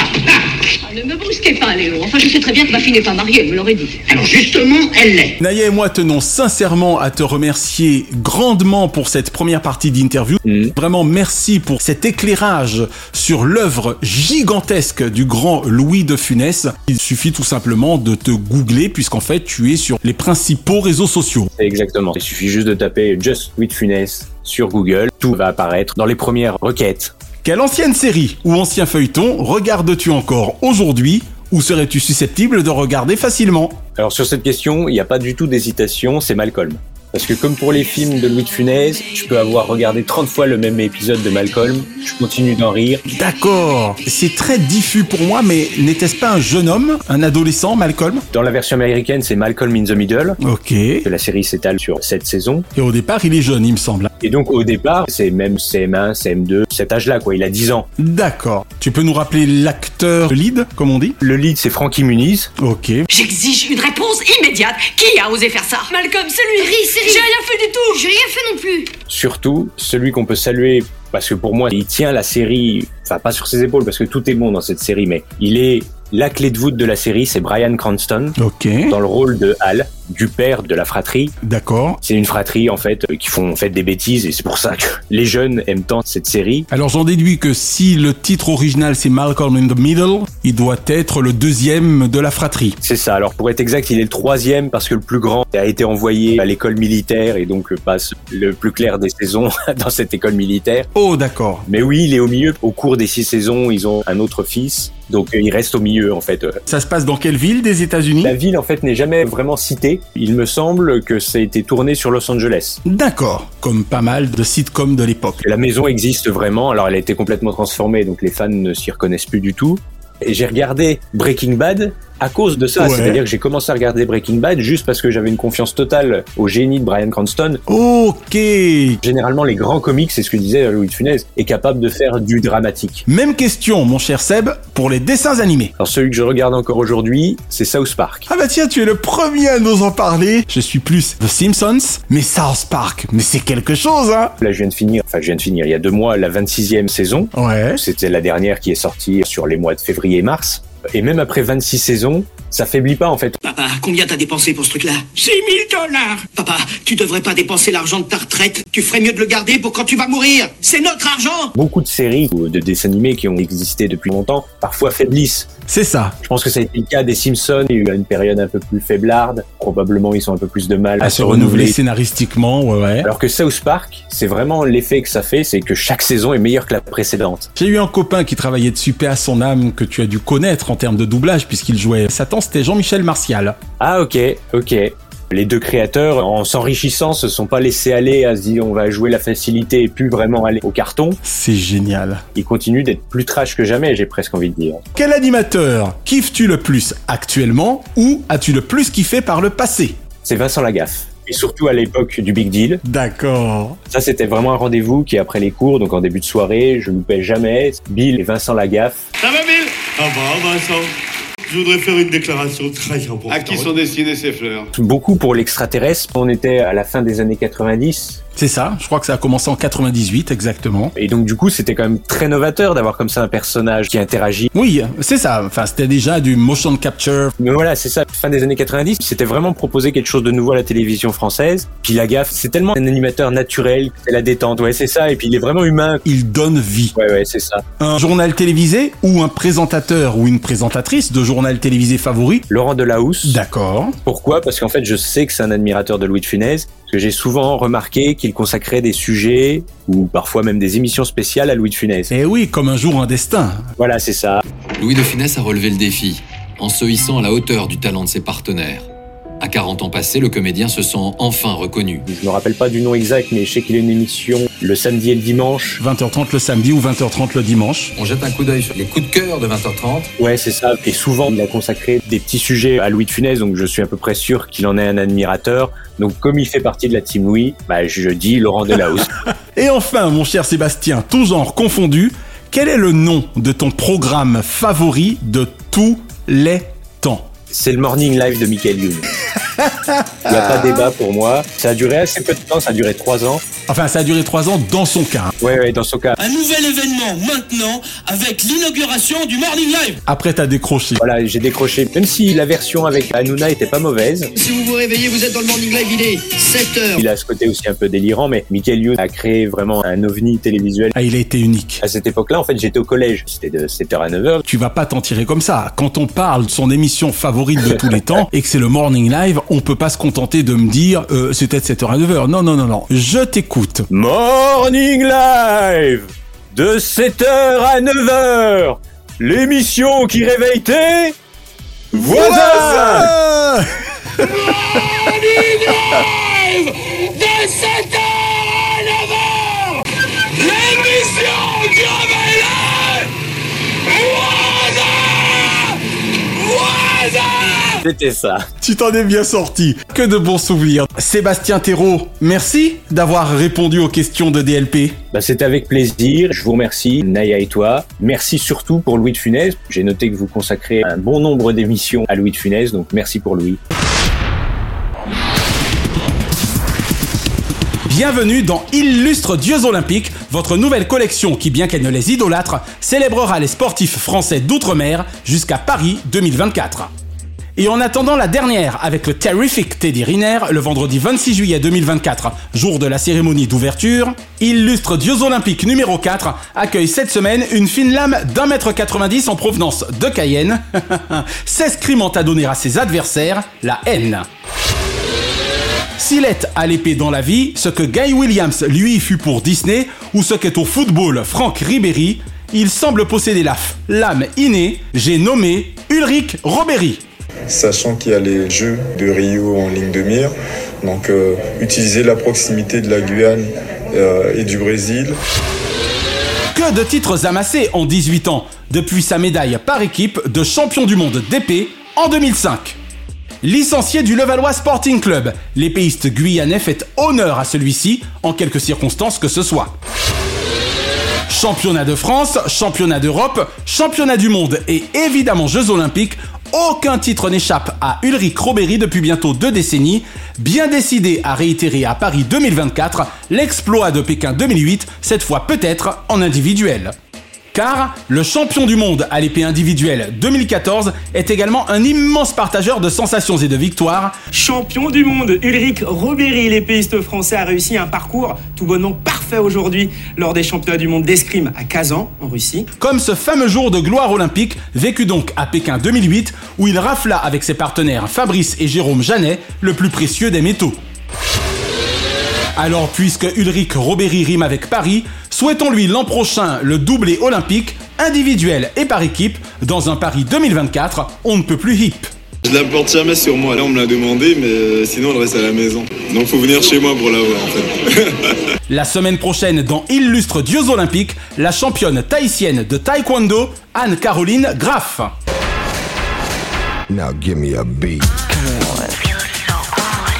S12: Ne me brusquez pas, Léo. Enfin, je sais très bien que ma fille n'est pas mariée, elle me l'aurait dit.
S7: Alors justement, elle l'est.
S6: Naïa et moi tenons sincèrement à te remercier grandement pour cette première partie d'interview. Vraiment, merci pour cet éclairage sur l'œuvre gigantesque du grand Louis de Funès. Il suffit tout simplement de te googler, puisqu'en fait, tu es sur les principaux réseaux sociaux.
S8: Exactement. Il suffit juste de taper Just Louis de Funès sur Google. Tout va apparaître dans les premières requêtes.
S6: Quelle ancienne série ou ancien feuilleton regardes-tu encore aujourd'hui ou serais-tu susceptible de regarder facilement ?
S8: Alors sur cette question, il n'y a pas du tout d'hésitation, c'est Malcolm. Parce que comme pour les films de Louis de Funès, je peux avoir regardé 30 fois le même épisode de Malcolm, je continue d'en rire.
S6: D'accord, c'est très diffus pour moi, mais n'était-ce pas un jeune homme, un adolescent, Malcolm ?
S8: Dans la version américaine, c'est Malcolm in the Middle.
S6: Ok.
S8: La série s'étale sur 7 saisons.
S6: Et au départ, il est jeune, il me semble.
S8: Et donc au départ, c'est même CM1, CM2, cet âge-là, quoi, il a 10 ans.
S6: D'accord. Tu peux nous rappeler l'acteur lead, comme on dit ?
S8: Le lead, c'est Frankie Muniz.
S6: Ok.
S13: J'exige une réponse immédiate. Qui a osé faire ça ? Malcolm, c'est lui. J'ai rien fait du tout.
S10: J'ai rien fait non plus.
S8: Surtout, celui qu'on peut saluer, parce que pour moi, il tient la série, enfin pas sur ses épaules, parce que tout est bon dans cette série, mais il est la clé de voûte de la série, c'est Bryan Cranston.
S6: Ok.
S8: Dans le rôle de Hal, du père de la fratrie.
S6: D'accord.
S8: C'est une fratrie, en fait, qui font en fait des bêtises, et c'est pour ça que les jeunes aiment tant cette série.
S6: Alors j'en déduis que si le titre original c'est Malcolm in the Middle, il doit être le deuxième de la fratrie.
S8: C'est ça. Alors pour être exact, il est le troisième, parce que le plus grand a été envoyé à l'école militaire, et donc passe le plus clair des saisons dans cette école militaire.
S6: Oh d'accord.
S8: Mais oui, il est au milieu. Au cours des 6 saisons, ils ont un autre fils. Donc il reste au milieu en fait.
S6: Ça se passe dans quelle ville des États-Unis ?
S8: La ville en fait n'est jamais vraiment citée. Il me semble que ça a été tourné sur Los Angeles.
S6: D'accord, comme pas mal de sitcoms de l'époque.
S8: La maison existe vraiment, alors elle a été complètement transformée, donc les fans ne s'y reconnaissent plus du tout. Et j'ai regardé Breaking Bad à cause de ça, c'est-à-dire que j'ai commencé à regarder Breaking Bad juste parce que j'avais une confiance totale au génie de Bryan Cranston.
S6: Ok.
S8: Généralement, les grands comiques, c'est ce que disait Louis de Funès, est capable de faire du dramatique.
S6: Même question, mon cher Seb, pour les dessins animés.
S8: Alors celui que je regarde encore aujourd'hui, c'est South Park.
S6: Ah bah tiens, tu es le premier à nous en parler. Je suis plus The Simpsons, mais South Park, mais c'est quelque chose, hein.
S8: Là, je viens de finir, il y a 2 mois, la 26e saison.
S6: Ouais.
S8: C'était la dernière qui est sortie sur les mois de février et mars. Et même après 26 saisons, ça faiblit pas en fait.
S13: Papa, combien t'as dépensé pour ce truc-là ?
S7: $6 000.
S13: Papa, tu devrais pas dépenser l'argent de ta retraite. Tu ferais mieux de le garder pour quand tu vas mourir. C'est notre argent.
S8: Beaucoup de séries ou de dessins animés qui ont existé depuis longtemps, parfois faiblissent.
S6: C'est ça.
S8: Je pense que ça a été le cas des Simpsons. Il y a eu une période un peu plus faiblarde. Probablement, ils ont un peu plus de mal
S6: à se renouveler scénaristiquement, ouais.
S8: Alors que South Park, c'est vraiment l'effet que ça fait, c'est que chaque saison est meilleure que la précédente.
S6: J'ai eu un copain qui travaillait dessus, paix à son âme, que tu as dû connaître en termes de doublage, puisqu'il jouait Satan, c'était Jean-Michel Martial.
S8: Ah ok. Les 2 créateurs, en s'enrichissant, se sont pas laissés aller à se dire on va jouer la facilité et plus vraiment aller au carton.
S6: C'est génial.
S8: Ils continuent d'être plus trash que jamais, j'ai presque envie de dire.
S6: Quel animateur kiffes-tu le plus actuellement ou as-tu le plus kiffé par le passé ?
S8: c'est Vincent Lagaffe. Et surtout à l'époque du Big Deal.
S6: D'accord.
S8: Ça, c'était vraiment un rendez-vous qui, après les cours, donc en début de soirée, je loupais jamais. Bill et Vincent Lagaffe.
S15: Ça va, Bill? Ça va, Vincent. Je voudrais faire une déclaration très importante.
S16: À qui sont destinées ces fleurs?
S8: Beaucoup pour l'extraterrestre. On était à la fin des années 90.
S6: C'est ça, je crois que ça a commencé en 98 exactement.
S8: Et donc du coup, c'était quand même très novateur d'avoir comme ça un personnage qui interagit.
S6: Oui, c'est ça. Enfin, c'était déjà du motion capture.
S8: Mais voilà, c'est ça. Fin des années 90, c'était vraiment proposer quelque chose de nouveau à la télévision française. Puis Lagaffe, c'est tellement un animateur naturel, c'est la détente. Ouais, c'est ça. Et puis il est vraiment humain.
S6: Il donne vie.
S8: Ouais, c'est ça.
S6: Un journal télévisé ou un présentateur ou une présentatrice de journal télévisé favori?
S8: Laurent Delahousse.
S6: D'accord.
S8: Pourquoi? Parce qu'en fait, je sais que c'est un admirateur de Louis de Funès. Parce que j'ai souvent remarqué qu'il consacrait des sujets ou parfois même des émissions spéciales à Louis de Funès.
S6: Eh oui, comme un jour un destin.
S8: Voilà, c'est ça.
S17: Louis de Funès a relevé le défi en se hissant à la hauteur du talent de ses partenaires. À 40 ans passés, le comédien se sent enfin reconnu.
S8: Je me rappelle pas du nom exact, mais je sais qu'il a une émission le samedi et le dimanche.
S6: 20h30 le samedi ou 20h30 le dimanche.
S17: On jette un coup d'œil sur les coups de cœur de 20h30.
S8: Ouais, c'est ça. Et souvent, il a consacré des petits sujets à Louis de Funès, donc je suis à peu près sûr qu'il en est un admirateur. Donc comme il fait partie de la team Louis, je dis Laurent Delahousse.
S6: Et enfin, mon cher Sébastien, tout genre confondu, quel est le nom de ton programme favori de tous les temps?
S8: C'est le Morning Live de Michael Youn. Il n'y a pas de débat pour moi. Ça a duré assez peu de temps, ça a duré 3 ans.
S6: Enfin, ça a duré 3 ans dans son cas.
S8: Ouais, dans son cas.
S18: Un nouvel événement maintenant avec l'inauguration du Morning Live.
S6: Après, t'as décroché.
S8: Voilà, j'ai décroché. Même si la version avec Hanouna était pas mauvaise.
S13: Si vous vous réveillez, vous êtes dans le Morning Live, il est 7h.
S8: Il a ce côté aussi un peu délirant, mais Michael Youn a créé vraiment un ovni télévisuel.
S6: Ah, il a été unique.
S8: À cette époque-là, en fait, j'étais au collège. C'était de 7h à 9h.
S6: Tu vas pas t'en tirer comme ça. Quand on parle de son émission favorite de tous les temps et que c'est le Morning Live, on peut pas se contenter de me dire c'était de 7h à 9h. Non. Je t'écoute.
S8: Morning Live de 7h à 9h. L'émission qui réveille tes voisins.
S18: Morning Live de 7h à 9h. L'émission qui réveille les voisins.
S8: C'était ça.
S6: Tu t'en es bien sorti. Que de bons souvenirs. Sébastien Thérault, merci d'avoir répondu aux questions de DLP.
S8: C'était avec plaisir. Je vous remercie, Naya et toi. Merci surtout pour Louis de Funès. J'ai noté que vous consacrez un bon nombre d'émissions à Louis de Funès, donc merci pour Louis.
S6: Bienvenue dans Illustres Dieux Olympiques, votre nouvelle collection qui, bien qu'elle ne les idolâtre, célébrera les sportifs français d'outre-mer jusqu'à Paris 2024. Et en attendant la dernière avec le Terrific Teddy Riner, le vendredi 26 juillet 2024, jour de la cérémonie d'ouverture, Illustre Dieux Olympiques numéro 4 accueille cette semaine une fine lame d'1,90 m en provenance de Cayenne, s'escrimant à donner à ses adversaires la haine. S'il est à l'épée dans la vie, ce que Guy Williams lui fut pour Disney, ou ce qu'est au football Franck Ribéry, il semble posséder l'âme innée, j'ai nommé Ulrich Robéry.
S19: Sachant qu'il y a les Jeux de Rio en ligne de mire, donc utiliser la proximité de la Guyane et du Brésil.
S6: Que de titres amassés en 18 ans, depuis sa médaille par équipe de champion du monde d'épée en 2005. Licencié du Levallois Sporting Club, l'épéiste guyanais fait honneur à celui-ci, en quelque circonstances que ce soit. Championnat de France, championnat d'Europe, championnat du monde et évidemment Jeux Olympiques, aucun titre n'échappe à Ulrich Robéry depuis bientôt 2 décennies, bien décidé à réitérer à Paris 2024 l'exploit de Pékin 2008, cette fois peut-être en individuel. Car le champion du monde à l'épée individuelle 2014 est également un immense partageur de sensations et de victoires.
S20: Champion du monde, Ulrich Robéry, l'épéiste français, a réussi un parcours tout bonnement parfait aujourd'hui lors des championnats du monde d'escrime à Kazan, en Russie.
S6: Comme ce fameux jour de gloire olympique, vécu donc à Pékin 2008, où il rafla avec ses partenaires Fabrice et Jérôme Janet le plus précieux des métaux. Alors, puisque Ulrich Robéry rime avec Paris, souhaitons-lui l'an prochain le doublé olympique, individuel et par équipe, dans un Paris 2024, on ne peut plus hip.
S19: Je la porte jamais sur moi, là on me l'a demandé, mais sinon elle reste à la maison. Donc faut venir chez moi pour l'avoir en fait.
S6: La semaine prochaine, dans Illustres Dieux Olympiques, la championne tahitienne de taekwondo, Anne-Caroline Graff.
S4: Now give me a beat.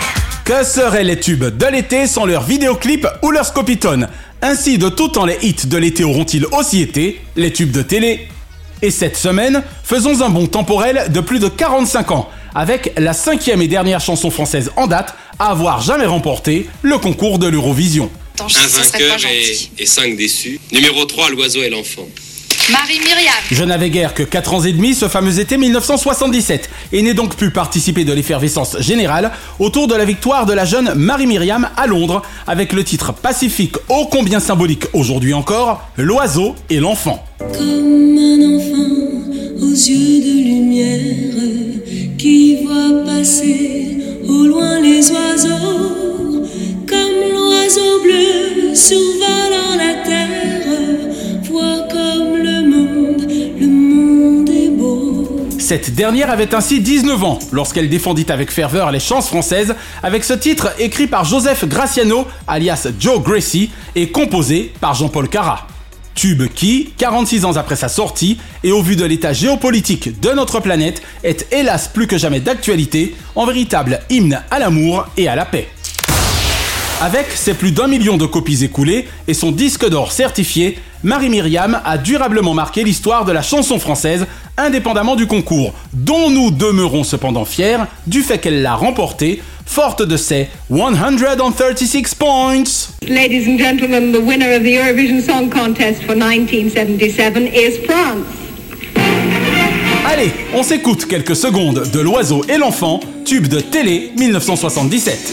S6: Que seraient les tubes de l'été sans leurs vidéoclips ou leurs scopitones? Ainsi, de tout temps, les hits de l'été auront-ils aussi été les tubes de télé? Et cette semaine, faisons un bond temporel de plus de 45 ans, avec la 5e et dernière chanson française en date à avoir jamais remporté le concours de l'Eurovision.
S16: Un vainqueur et 5 déçus. Numéro 3, l'oiseau et l'enfant.
S10: Marie-Myriam.
S6: Je n'avais guère que 4 ans et demi ce fameux été 1977 et n'ai donc pu participer de l'effervescence générale autour de la victoire de la jeune Marie-Myriam à Londres avec le titre pacifique ô combien symbolique aujourd'hui encore, l'oiseau et l'enfant.
S21: Comme un enfant aux yeux de lumière qui voit passer au loin les oiseaux, comme l'oiseau bleu survolant la terre, voit comme le monde est beau.
S6: Cette dernière avait ainsi 19 ans lorsqu'elle défendit avec ferveur les chances françaises avec ce titre écrit par Joseph Graciano, alias Joe Gracie, et composé par Jean-Paul Cara. Tube qui, 46 ans après sa sortie, et au vu de l'état géopolitique de notre planète, est hélas plus que jamais d'actualité, en véritable hymne à l'amour et à la paix. Avec ses plus d'1 million de copies écoulées et son disque d'or certifié, Marie-Myriam a durablement marqué l'histoire de la chanson française, indépendamment du concours, dont nous demeurons cependant fiers du fait qu'elle l'a remporté, forte de ses 136 points.
S10: Ladies and gentlemen, the winner of the Eurovision Song Contest for 1977 is France.
S6: Allez, on s'écoute quelques secondes de l'oiseau et l'enfant, tube de télé 1977.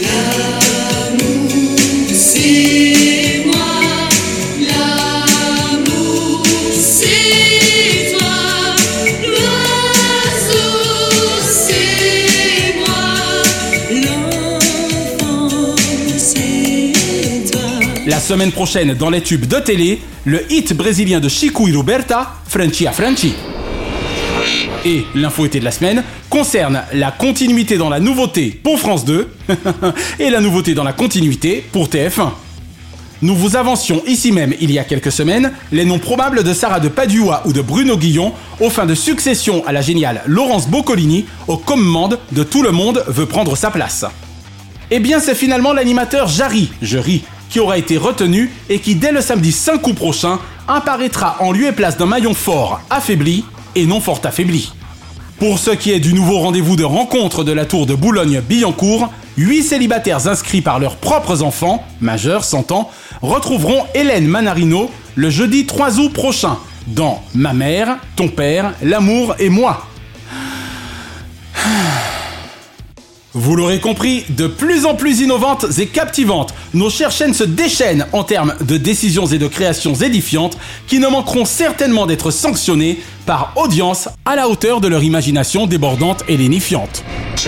S21: C'est moi, l'amour, c'est toi, l'oiseau, c'est moi, l'enfant, c'est toi.
S6: La semaine prochaine, dans les tubes de télé, le hit brésilien de Chico et Roberta, Franchi a Franchi. Et l'info été de la semaine concerne la continuité dans la nouveauté pour France 2 et la nouveauté dans la continuité pour TF1. Nous vous avancions ici même il y a quelques semaines les noms probables de Sarah de Padua ou de Bruno Guillon aux fins de succession à la géniale Laurence Boccolini aux commandes de Tout le monde veut prendre sa place. Eh bien c'est finalement l'animateur Jarry, je ris, qui aura été retenu et qui dès le samedi 5 août prochain apparaîtra en lieu et place d'un maillon fort affaibli et non fort affaibli. Pour ce qui est du nouveau rendez-vous de rencontre de la tour de Boulogne-Billancourt, 8 célibataires inscrits par leurs propres enfants, majeurs 100 ans, retrouveront Hélène Manarino le jeudi 3 août prochain dans Ma mère, ton père, l'amour et moi. Vous l'aurez compris, de plus en plus innovantes et captivantes, nos chères chaînes se déchaînent en termes de décisions et de créations édifiantes qui ne manqueront certainement d'être sanctionnées par audience à la hauteur de leur imagination débordante et lénifiante.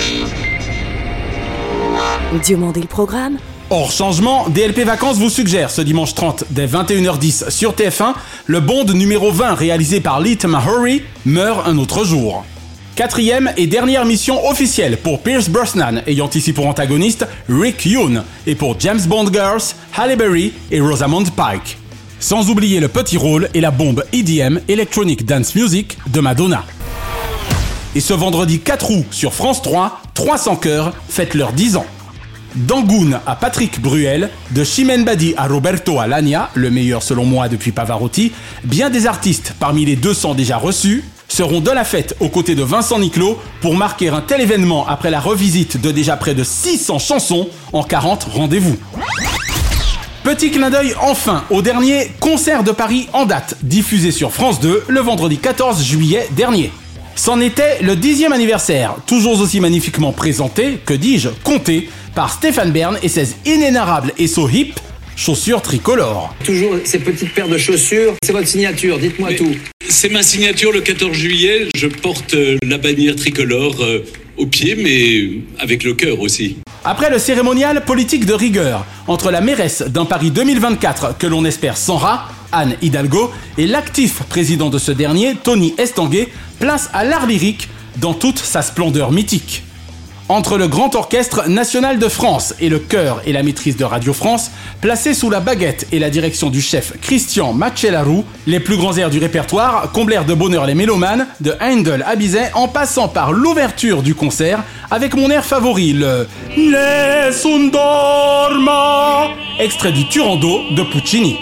S2: Diomandé le programme.
S6: Hors changement, DLP Vacances vous suggère ce dimanche 30 dès 21h10 sur TF1, le Bond numéro 20 réalisé par Lee Tamahori meurt un autre jour. 4e et dernière mission officielle pour Pierce Brosnan, ayant ici pour antagoniste Rick Yoon, et pour James Bond Girls, Halle Berry et Rosamund Pike. Sans oublier le petit rôle et la bombe EDM, Electronic Dance Music, de Madonna. Et ce vendredi 4 août sur France 3, 300 cœurs fêtent leurs 10 ans. D'Angoun à Patrick Bruel, de Chimène Badi à Roberto Alagna, le meilleur selon moi depuis Pavarotti, bien des artistes parmi les 200 déjà reçus seront de la fête aux côtés de Vincent Niclot pour marquer un tel événement après la revisite de déjà près de 600 chansons en 40 rendez-vous. Petit clin d'œil enfin au dernier concert de Paris en date, diffusé sur France 2 le vendredi 14 juillet dernier. C'en était le 10e anniversaire, toujours aussi magnifiquement présenté, que dis-je, compté, par Stéphane Bern et ses inénarrables et so hip chaussures tricolores.
S22: Toujours ces petites paires de chaussures, c'est votre signature, dites-moi tout.
S15: C'est ma signature le 14 juillet, je porte la bannière tricolore au pied, mais avec le cœur aussi.
S6: Après le cérémonial politique de rigueur, entre la mairesse d'un Paris 2024 que l'on espère sans rat, Anne Hidalgo, et l'actif président de ce dernier, Tony Estanguet, place à l'art lyrique dans toute sa splendeur mythique. Entre le Grand Orchestre National de France et le chœur et la maîtrise de Radio France, placés sous la baguette et la direction du chef Christian Macellaro, les plus grands airs du répertoire comblèrent de bonheur les mélomanes, de Handel à Bizet, en passant par l'ouverture du concert avec mon air favori, le Nessun dorma, extrait du Turando de Puccini.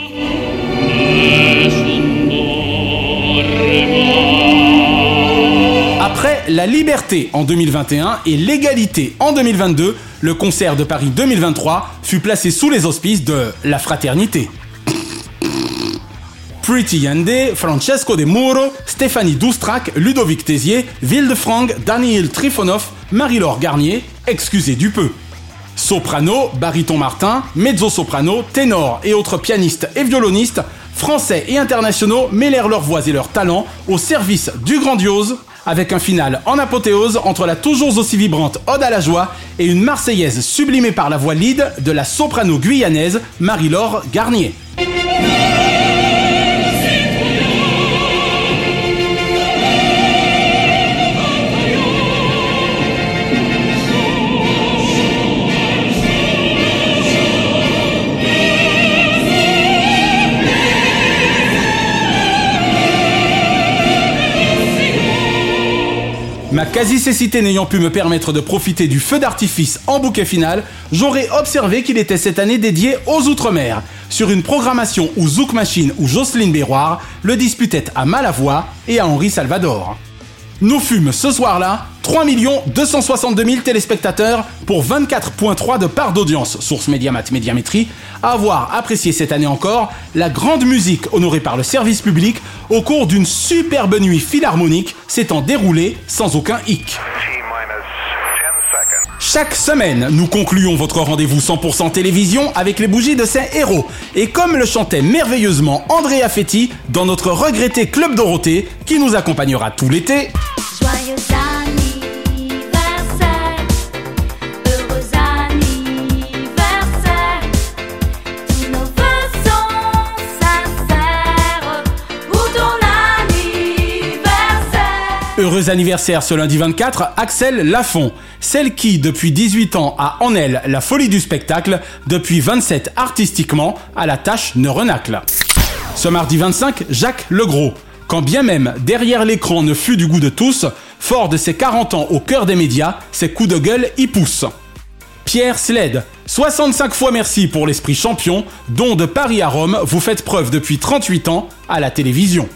S6: Après la liberté en 2021 et l'égalité en 2022, le concert de Paris 2023 fut placé sous les auspices de la fraternité. Pretty Yandé, Francesco De Muro, Stéphanie Doustrac, Ludovic Tézier, Wildefranc, Daniel Trifonov, Marie-Laure Garnier, excusez du peu. Soprano, baryton Martin, mezzo-soprano, ténor et autres pianistes et violonistes, français et internationaux mêlèrent leurs voix et leurs talents au service du grandiose, avec un final en apothéose entre la toujours aussi vibrante Ode à la joie et une Marseillaise sublimée par la voix lead de la soprano guyanaise Marie-Laure Garnier. Ma quasi-cécité n'ayant pu me permettre de profiter du feu d'artifice en bouquet final, j'aurais observé qu'il était cette année dédié aux Outre-mer, sur une programmation où Zouk Machine ou Jocelyne Béroir le disputaient à Malavoie et à Henri Salvador. Nous fûmes ce soir-là 3 262 000 téléspectateurs pour 24,3 de part d'audience, source Mediamat Médiamétrie, à avoir apprécié cette année encore la grande musique honorée par le service public au cours d'une superbe nuit philharmonique s'étant déroulée sans aucun hic. Chaque semaine, nous concluons votre rendez-vous 100% télévision avec les bougies de ses héros. Et comme le chantait merveilleusement Andrea Fetti dans notre regretté Club Dorothée, qui nous accompagnera tout l'été.
S21: Joyeux anniversaire, heureux anniversaire, tous nos vœux sont sincères pour ton anniversaire.
S6: Heureux anniversaire ce lundi 24, Axel Lafont, celle qui, depuis 18 ans, a en elle la folie du spectacle, depuis 27 artistiquement, à la tâche ne renacle. Ce mardi 25, Jacques Legros. Quand bien même derrière l'écran ne fut du goût de tous, fort de ses 40 ans au cœur des médias, ses coups de gueule y poussent. Pierre Sled, 65 fois merci pour l'esprit champion, dont de Paris à Rome vous faites preuve depuis 38 ans à la télévision.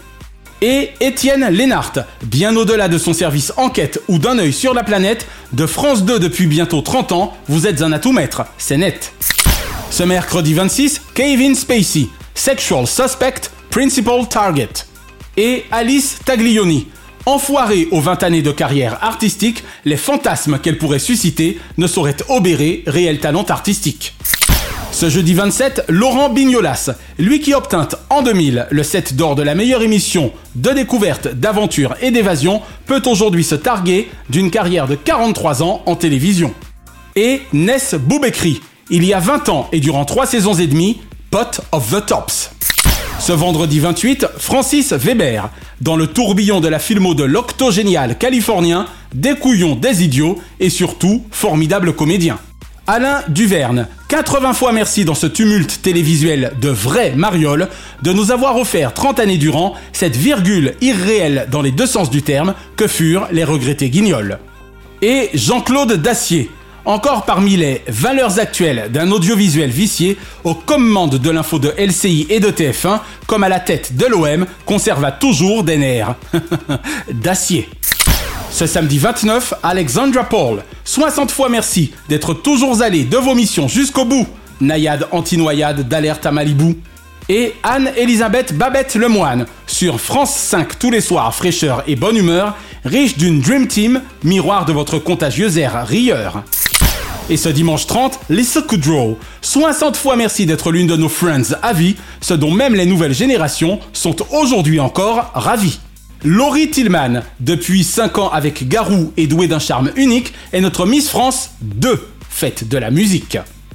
S6: Et Étienne Lénart, bien au-delà de son service enquête ou d'un œil sur la planète, de France 2 depuis bientôt 30 ans, vous êtes un atout maître, c'est net. Ce mercredi 26, Kevin Spacey, Sexual Suspect, Principal Target. Et Alice Taglioni, enfoirée aux 20 années de carrière artistique, les fantasmes qu'elle pourrait susciter ne sauraient obérer réel talent artistique. Ce jeudi 27, Laurent Bignolas, lui qui obtint en 2000 le 7 d'or de la meilleure émission de découverte, d'aventure et d'évasion, peut aujourd'hui se targuer d'une carrière de 43 ans en télévision. Et Ness Boubekri, il y a 20 ans et durant 3 saisons et demie, Pot of the Tops. Ce vendredi 28, Francis Weber, dans le tourbillon de la filmo de l'octogénial californien, des couillons, des idiots et surtout formidable comédien. Alain Duverne, 80 fois merci dans ce tumulte télévisuel de vraies marioles de nous avoir offert 30 années durant cette virgule irréelle dans les deux sens du terme que furent les regrettés guignols. Et Jean-Claude Dacier, encore parmi les valeurs actuelles d'un audiovisuel vicié, aux commandes de l'info de LCI et de TF1, comme à la tête de l'OM, conserva toujours des nerfs. D'acier. Ce samedi 29, Alexandra Paul, 60 fois merci d'être toujours allé de vos missions jusqu'au bout. Naïade anti-noyade d'Alerte à Malibu. Et Anne-Elisabeth Babette Lemoine, sur France 5 tous les soirs, fraîcheur et bonne humeur, riche d'une Dream Team, miroir de votre contagieux air rieur. Et ce dimanche 30, Lisa Kudrow, 60 fois merci d'être l'une de nos friends à vie, ce dont même les nouvelles générations sont aujourd'hui encore ravies. Laurie Tillman, depuis 5 ans avec Garou et douée d'un charme unique, est notre Miss France 2, fête de la musique.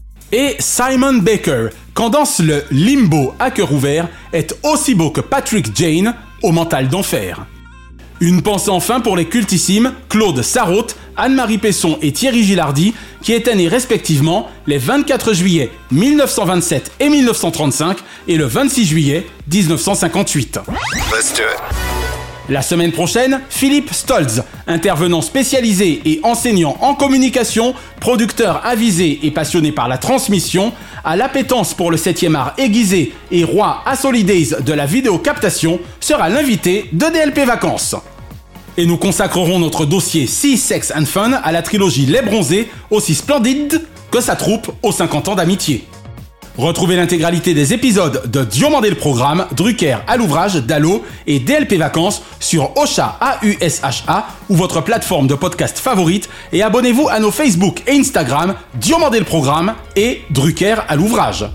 S6: Et Simon Baker, quand danse le limbo à cœur ouvert, est aussi beau que Patrick Jane au mental d'enfer. Une pensée enfin pour les cultissimes Claude Sarraute, Anne-Marie Pesson et Thierry Gilardi, qui étaient nés respectivement les 24 juillet 1927 et 1935 et le 26 juillet 1958.
S4: Let's do it.
S6: La semaine prochaine, Philippe Stolz, intervenant spécialisé et enseignant en communication, producteur avisé et passionné par la transmission, à l'appétence pour le 7e art aiguisé et roi à Solidays de la vidéocaptation, sera l'invité de DLP Vacances. Et nous consacrerons notre dossier Sea, Sex and Fun à la trilogie Les Bronzés, aussi splendide que sa troupe aux 50 ans d'amitié. Retrouvez l'intégralité des épisodes de Diomandé le Programme, Drucker à l'ouvrage, Dallo et DLP Vacances sur Ocha, AUSHA ou votre plateforme de podcast favorite et abonnez-vous à nos Facebook et Instagram Diomandé le Programme et Drucker à l'ouvrage.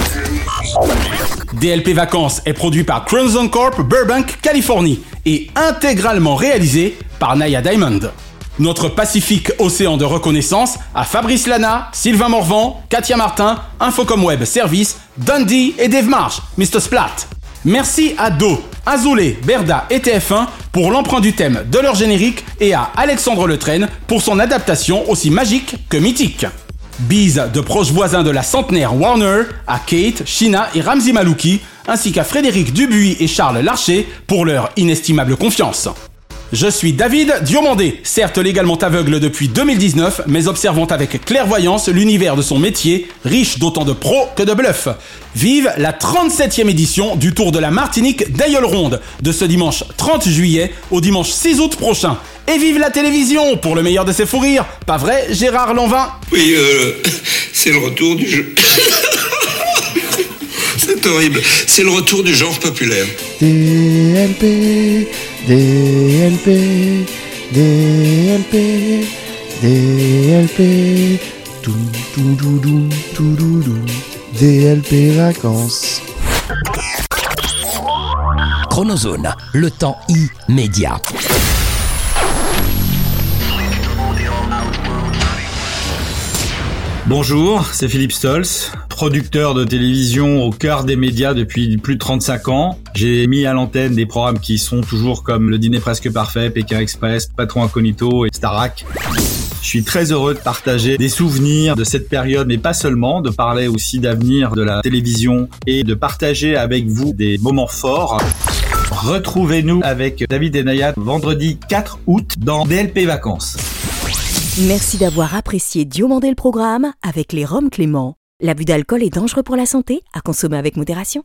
S6: DLP Vacances est produit par Crimson Corp Burbank, Californie et intégralement réalisé par Naya Diamond. Notre pacifique océan de reconnaissance à Fabrice Lana, Sylvain Morvan, Katia Martin, Infocom Web Service, Dundee et Dave Marsh, Mr. Splat. Merci à Do, Azoulay, Berda et TF1 pour l'emprunt du thème de leur générique et à Alexandre Letraine pour son adaptation aussi magique que mythique. Bise de proches voisins de la centenaire Warner à Kate, Shina et Ramzi Malouki, ainsi qu'à Frédéric Dubuis et Charles Larcher pour leur inestimable confiance. Je suis David Diomandé, certes légalement aveugle depuis 2019, mais observant avec clairvoyance l'univers de son métier, riche d'autant de pros que de bluffs. Vive la 37e édition du Tour de la Martinique d'Ailleul-Ronde, de ce dimanche 30 juillet au dimanche 6 août prochain. Et vive la télévision pour le meilleur de ses fous rires, pas vrai Gérard Lanvin?
S16: Oui, c'est le retour du jeu. C'est horrible. C'est le retour du genre populaire.
S5: DLP, DLP, DLP, DLP, tout doudou, tout doudou, DLP Vacances.
S1: Chronozone, le temps immédiat.
S3: Bonjour, c'est Philippe Stolz, producteur de télévision au cœur des médias depuis plus de 35 ans. J'ai mis à l'antenne des programmes qui sont toujours comme Le Dîner Presque Parfait, Pékin Express, Patron Incognito et Starac. Je suis très heureux de partager des souvenirs de cette période, mais pas seulement, de parler aussi d'avenir de la télévision et de partager avec vous des moments forts. Retrouvez-nous avec David et Naya vendredi 4 août dans DLP Vacances.
S2: Merci d'avoir apprécié Diomandé le Programme avec les Rhums Clément. L'abus d'alcool est dangereux pour la santé, à consommer avec modération.